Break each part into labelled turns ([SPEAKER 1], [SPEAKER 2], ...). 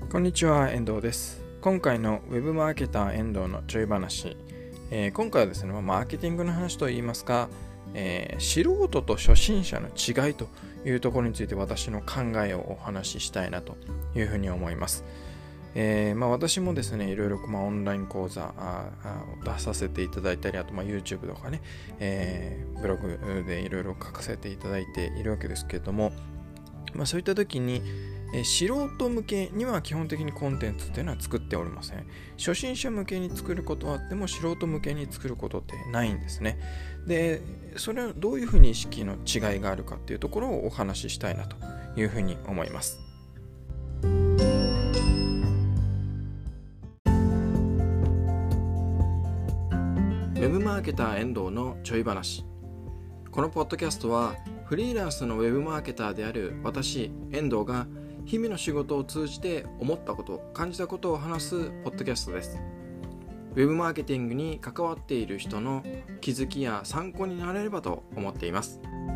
[SPEAKER 1] こんにちは、遠藤です。今回のウェブマーケター遠藤のちょい話、今回はですね、マーケティングの話といいますか、素人と初心者の違いというところについて私の考えをお話ししたいなというふうに思います。私もですね、いろいろオンライン講座を出させていただいたり、あとYouTube とかね、ブログでいろいろ書かせていただいているわけですけれども、そういった時に素人向けには基本的にコンテンツっていうのは作っておりません。初心者向けに作ることはあっても素人向けに作ることってないんですね。で、それはどういうふうに意識の違いがあるかっていうところをお話ししたいなというふうに思います。ウェブマーケター遠藤のちょい話。このポッドキャストはフリーランスのウェブマーケターである私遠藤が日々の仕事を通じて思ったこと、感じたことを話すポッドキャストです。ウェブマーケティングに関わっている人の気づきや参考になれればと思っています。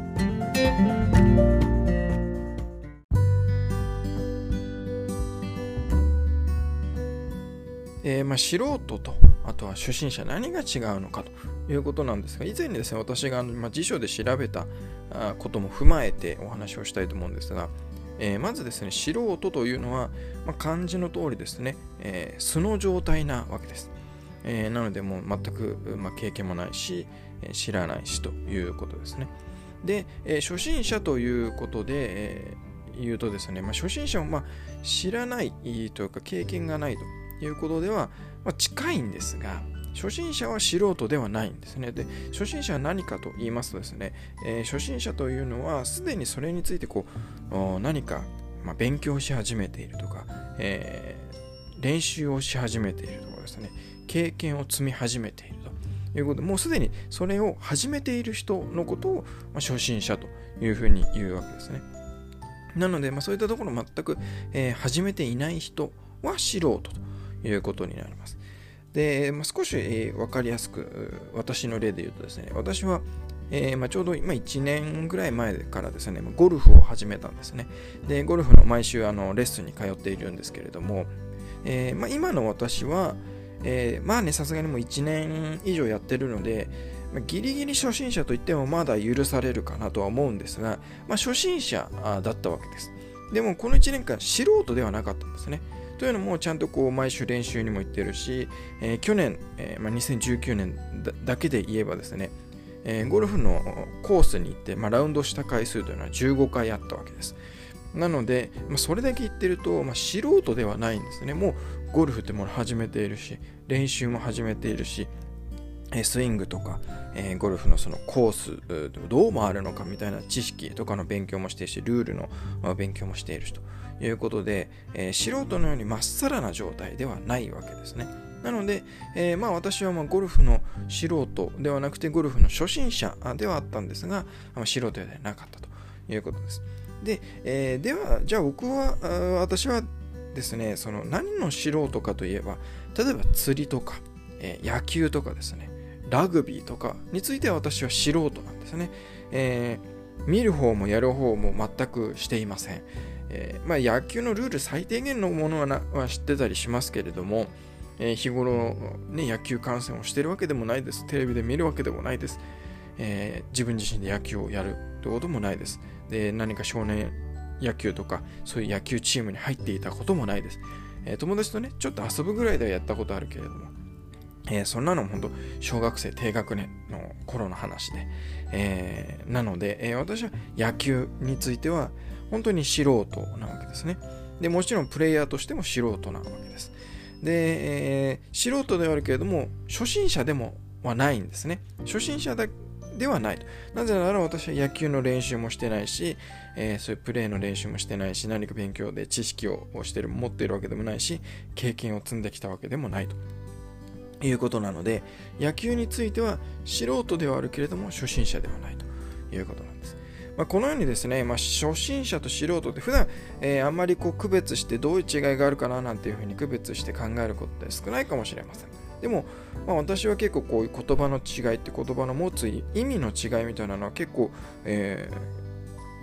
[SPEAKER 1] 素人とあとは初心者、何が違うのかということなんですが、以前にですね、私が辞書で調べたことも踏まえてお話をしたいと思うんですが、まずですね、素人というのは、漢字の通りですね、素の状態なわけです。なのでもう全く、経験もないし、知らないしということですね。で、初心者ということで、言うとですね、初心者も知らないというか経験がないということでは、近いんですが、初心者は素人ではないんですね。で、初心者は何かと言いますとですね、初心者というのはすでにそれについて何か、勉強し始めているとか、練習をし始めているとかですね、経験を積み始めているということで、もうすでにそれを始めている人のことを、初心者というふうに言うわけですね。なので、そういったところ全く、始めていない人は素人ということになります。で、少し、分かりやすく私の例で言うとですね、私は、ちょうど今1年ぐらい前からですね、ゴルフを始めたんですね。で、ゴルフの毎週レッスンに通っているんですけれども、今の私は、さすがにもう1年以上やってるので、ギリギリ初心者といってもまだ許されるかなとは思うんですが、初心者だったわけです。でもこの1年間素人ではなかったんですね。というのもちゃんと毎週練習にも行ってるし、去年、2019年 だけで言えばですね、ゴルフのコースに行って、ラウンドした回数というのは15回あったわけです。なので、それだけ言ってると、素人ではないんですね。もうゴルフってもの始めているし、練習も始めているし、スイングとか、ゴルフのそのコースどう回るのかみたいな知識とかの勉強もしているし、ルールの勉強もしているしということで、素人のようにまっさらな状態ではないわけですね。なので、私はゴルフの素人ではなくてゴルフの初心者ではあったんですが、素人ではなかったということです。で、ではじゃあ私はですね、その何の素人かといえば、例えば釣りとか、野球とかですね、ラグビーとかについては私は素人なんですね。見る方もやる方も全くしていません。野球のルール最低限のものは知ってたりしますけれども、日頃、野球観戦をしているわけでもないです。テレビで見るわけでもないです。自分自身で野球をやるということもないです。で、何か少年野球とかそういう野球チームに入っていたこともないです。友達とねちょっと遊ぶぐらいではやったことあるけれども、そんなのも本当小学生低学年の頃の話で、なので、私は野球については本当に素人なわけですね。でもちろんプレイヤーとしても素人なわけです。で、素人ではあるけれども初心者でもはないんですね。初心者ではないと。なぜなら私は野球の練習もしてないし、そういうプレーの練習もしてないし、何か勉強で知識を持っているわけでもないし、経験を積んできたわけでもないということなので、野球については素人ではあるけれども初心者ではないということなんです。このようにですね、初心者と素人って普段、あんまり区別してどういう違いがあるかななんていうふうに区別して考えることって少ないかもしれません。でも、私は結構こういう言葉の違いって言葉の持つ意味の違いみたいなのは結構、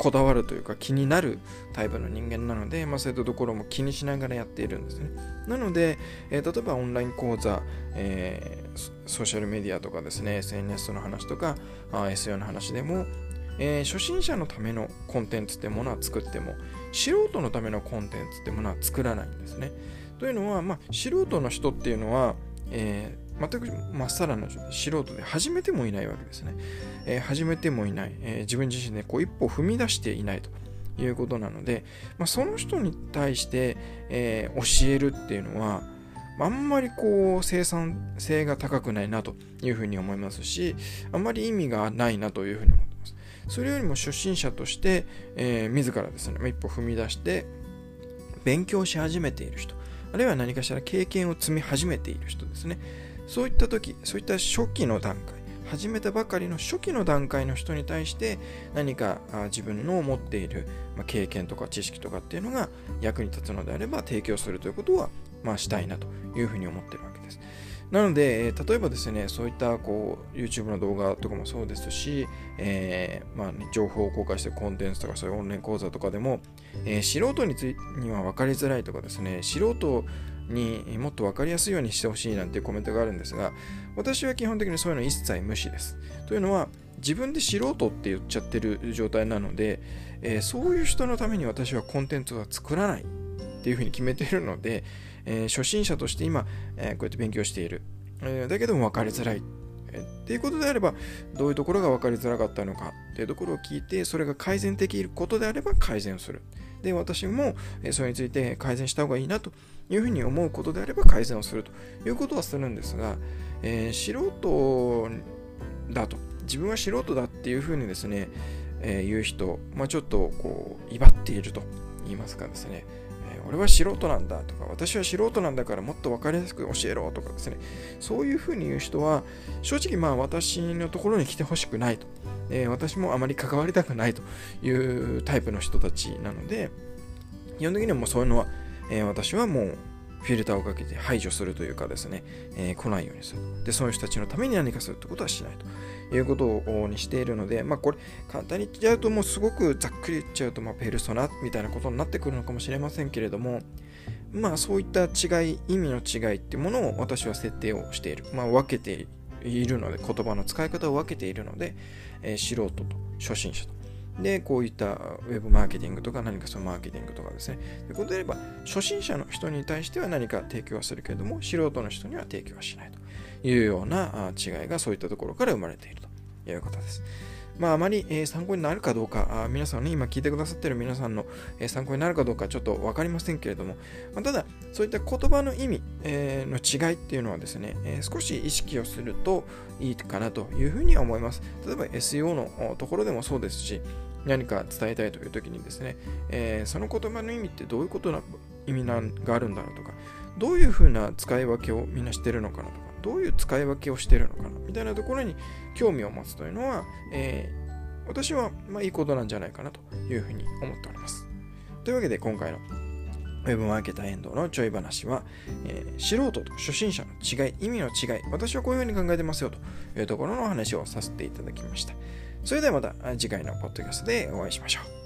[SPEAKER 1] こだわるというか気になるタイプの人間なので、そういったところも気にしながらやっているんですね。なので、例えばオンライン講座、ソーシャルメディアとかですね、SNS の話とか、SEO の話でも、初心者のためのコンテンツってものは作っても、素人のためのコンテンツってものは作らないんですね。というのは、素人の人っていうのは、全くまっさらな素人で始めてもいないわけですね。始めてもいない、自分自身で一歩踏み出していないということなので、その人に対して、教えるっていうのは、あんまり生産性が高くないなというふうに思いますし、あんまり意味がないなというふうに思ってます。それよりも初心者として、自らですね、一歩踏み出して勉強し始めている人、あるいは何かしら経験を積み始めている人ですね。そういった時、そういった初期の段階、始めたばかりの初期の段階の人に対して何か自分の持っている経験とか知識とかっていうのが役に立つのであれば提供するということはしたいなというふうに思っているわけです。なので、例えばですね、そういったYouTube の動画とかもそうですし、情報を公開しているコンテンツとかそういうオンライン講座とかでも、素人には分かりづらいとかですね、素人にもっと分かりやすいようにしてほしいなんていうコメントがあるんですが、私は基本的にそういうの一切無視です。というのは、自分で素人って言っちゃってる状態なので、そういう人のために私はコンテンツは作らないっていうふうに決めているので、初心者として今、こうやって勉強している、だけども分かりづらいっていうことであれば、どういうところが分かりづらかったのかっていうところを聞いて、それが改善できることであれば改善をする。で、私もそれについて改善した方がいいなというふうに思うことであれば改善をするということはするんですが、素人だと、自分は素人だっていうふうにですね、言う人、ちょっと威張っていると言いますかですね、俺は素人なんだとか、私は素人なんだからもっと分かりやすく教えろとかですね、そういうふうに言う人は正直私のところに来てほしくないと、私もあまり関わりたくないというタイプの人たちなので、基本的にはもうそういうのは、私はもうフィルターをかけて排除するというかですね、来ないようにする。で、そういう人たちのために何かするってことはしないということにしているので、これ簡単に言っちゃうと、もうすごくざっくり言っちゃうと、ペルソナみたいなことになってくるのかもしれませんけれども、そういった違い、意味の違いっていうものを私は設定をしている。分けているので、言葉の使い方を分けているので、素人と初心者と。で、こういったウェブマーケティングとか何かそのマーケティングとかですね。ということであれば、初心者の人に対しては何か提供はするけれども、素人の人には提供はしないというような違いがそういったところから生まれているということです。あまり参考になるかどうか、皆さんね、今聞いてくださっている皆さんの参考になるかどうかちょっとわかりませんけれども、ただ、そういった言葉の意味の違いっていうのはですね、少し意識をするといいかなというふうには思います。例えば SEO のところでもそうですし、何か伝えたいという時にですね、その言葉の意味ってどういうことな意味があるんだろうとか、どういうふうな使い分けをみんなしてるのかなとか、どういう使い分けをしているのかなみたいなところに興味を持つというのは、私はいいことなんじゃないかなというふうに思っております。というわけで今回のウェブマーケター遠藤のちょい話は、素人と初心者の違い、意味の違い、私はこういうふうに考えてますよというところのお話をさせていただきました。それではまた次回のポッドキャストでお会いしましょう。